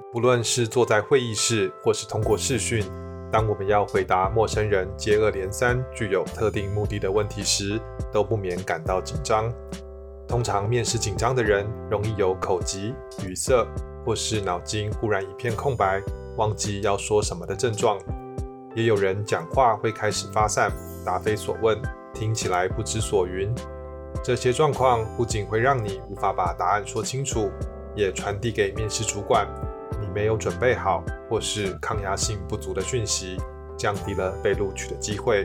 不论是坐在会议室或是通过视讯，当我们要回答陌生人接二连三具有特定目的的问题时，都不免感到紧张。通常面试紧张的人容易有口疾、语塞，或是脑筋忽然一片空白，忘记要说什么的症状。也有人讲话会开始发散，答非所问，听起来不知所云。这些状况不仅会让你无法把答案说清楚，也传递给面试主管你没有准备好或是抗压性不足的讯息，降低了被录取的机会。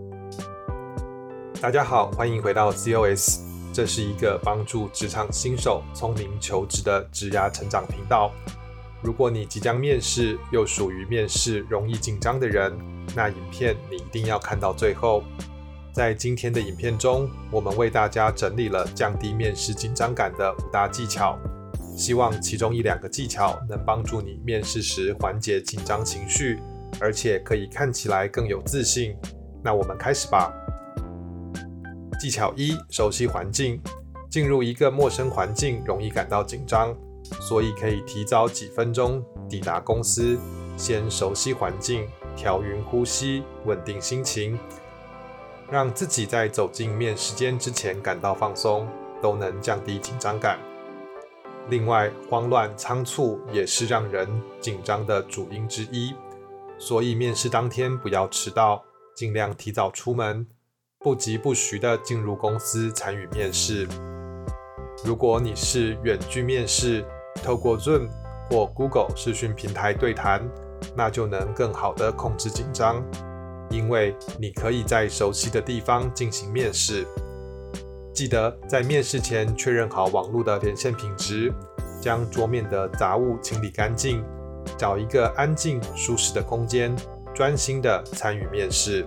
大家好，欢迎回到 COS， 这是一个帮助职场新手聪明求职的职涯成长频道。如果你即将面试，又属于面试容易紧张的人，那影片你一定要看到最后。在今天的影片中，我们为大家整理了降低面试紧张感的5大技巧，希望其中1-2个技巧能帮助你面试时缓解紧张情绪，而且可以看起来更有自信。那我们开始吧。技巧1：熟悉环境。进入一个陌生环境容易感到紧张，所以可以提早几分钟抵达公司，先熟悉环境，调匀呼吸，稳定心情，让自己在走进面试间之前感到放松，都能降低紧张感。另外，慌乱仓促也是让人紧张的主因之一，所以面试当天不要迟到，尽量提早出门，不疾不徐地进入公司参与面试。如果你是远距面试，透过 Zoom 或 Google 视讯平台对谈，那就能更好地控制紧张，因为你可以在熟悉的地方进行面试。记得在面试前确认好网络的连线品质，将桌面的杂物清理干净，找一个安静舒适的空间，专心地参与面试。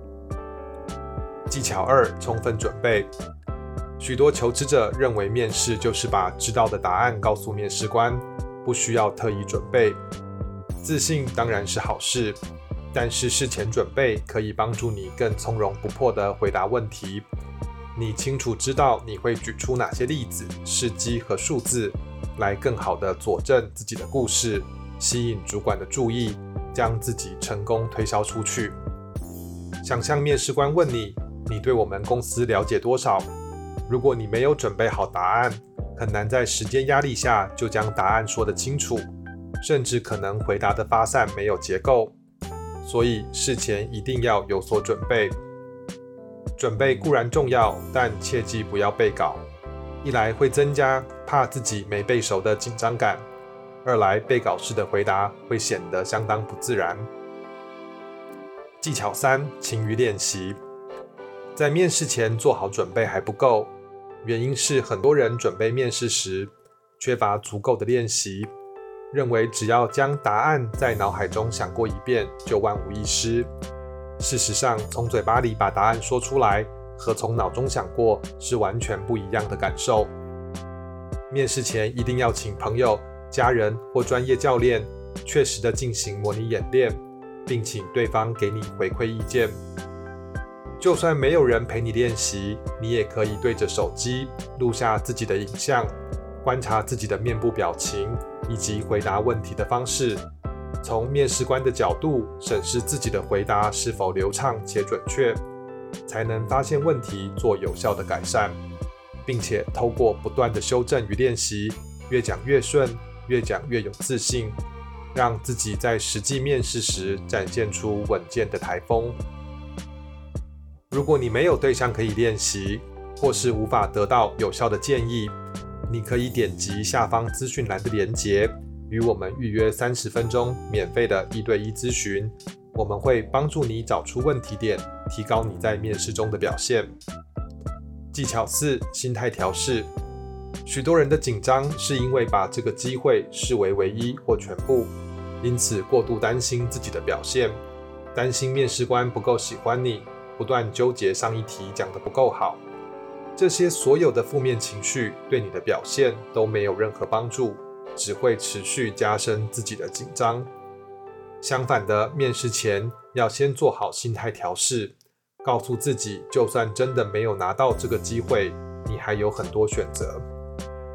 技巧2：充分准备。许多求职者认为面试就是把知道的答案告诉面试官，不需要特意准备。自信当然是好事，但是事前准备可以帮助你更从容不迫地回答问题。你清楚知道你会举出哪些例子、事迹和数字，来更好地佐证自己的故事，吸引主管的注意，将自己成功推销出去。想象面试官问你，你对我们公司了解多少？如果你没有准备好答案，很难在时间压力下就将答案说得清楚，甚至可能回答的发散没有结构。所以事前一定要有所准备。准备固然重要，但切记不要背稿。一来会增加怕自己没背熟的紧张感，二来背稿式的回答会显得相当不自然。技巧3：勤于练习。在面试前做好准备还不够，原因是很多人准备面试时缺乏足够的练习，认为只要将答案在脑海中想过一遍就万无一失。事实上，从嘴巴里把答案说出来和从脑中想过是完全不一样的感受。面试前一定要请朋友、家人或专业教练确实的进行模拟演练，并请对方给你回馈意见。就算没有人陪你练习，你也可以对着手机录下自己的影像，观察自己的面部表情以及回答问题的方式，从面试官的角度审视自己的回答是否流畅且准确，才能发现问题，做有效的改善，并且透过不断的修正与练习，越讲越顺，越讲越有自信，让自己在实际面试时展现出稳健的台风。如果你没有对象可以练习，或是无法得到有效的建议，你可以点击下方资讯栏的连结，与我们预约30分钟免费的1对1咨询，我们会帮助你找出问题点，提高你在面试中的表现。技巧4：心态调试。许多人的紧张是因为把这个机会视为唯一或全部，因此过度担心自己的表现，担心面试官不够喜欢你，不断纠结上一题讲得不够好。这些所有的负面情绪对你的表现都没有任何帮助，只会持续加深自己的紧张。相反的，面试前要先做好心态调试，告诉自己就算真的没有拿到这个机会，你还有很多选择。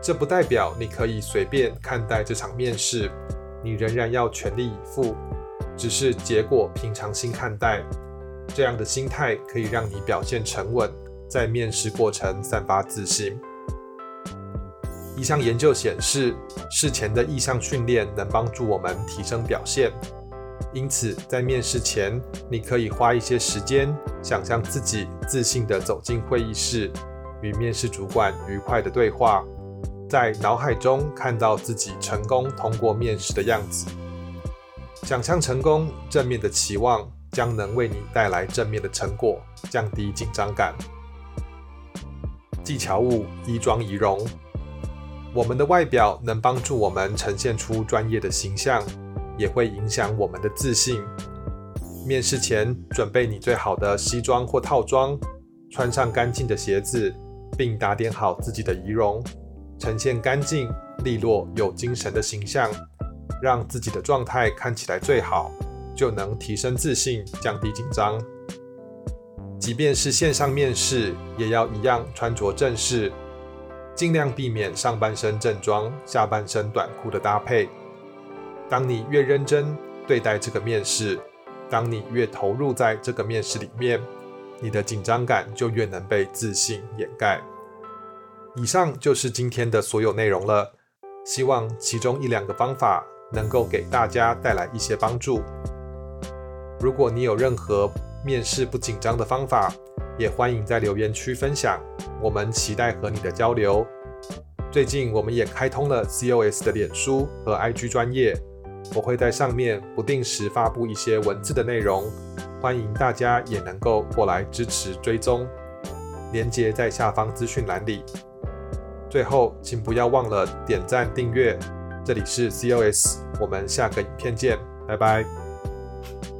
这不代表你可以随便看待这场面试，你仍然要全力以赴，只是结果平常心看待。这样的心态可以让你表现沉稳，在面试过程散发自信。一项研究显示，事前的意向训练能帮助我们提升表现。因此，在面试前，你可以花一些时间，想象自己自信地走进会议室，与面试主管愉快地对话，在脑海中看到自己成功通过面试的样子。想象成功，正面的期望将能为你带来正面的成果，降低紧张感。技巧5：衣装仪容。我们的外表能帮助我们呈现出专业的形象，也会影响我们的自信。面试前，准备你最好的西装或套装，穿上干净的鞋子，并打点好自己的仪容，呈现干净、利落、有精神的形象，让自己的状态看起来最好，就能提升自信，降低紧张。即便是线上面试，也要一样穿着正式，尽量避免上半身正装、下半身短裤的搭配。当你越认真对待这个面试，当你越投入在这个面试里面，你的紧张感就越能被自信掩盖。以上就是今天的所有内容了，希望其中1-2个方法能够给大家带来一些帮助。如果你有任何面试不紧张的方法，也欢迎在留言区分享，我们期待和你的交流。最近我们也开通了 COS 的脸书和 IG 专页，我会在上面不定时发布一些文字的内容，欢迎大家也能够过来支持追踪，连结在下方资讯栏里。最后，请不要忘了点赞订阅，这里是 COS， 我们下个影片见，拜拜。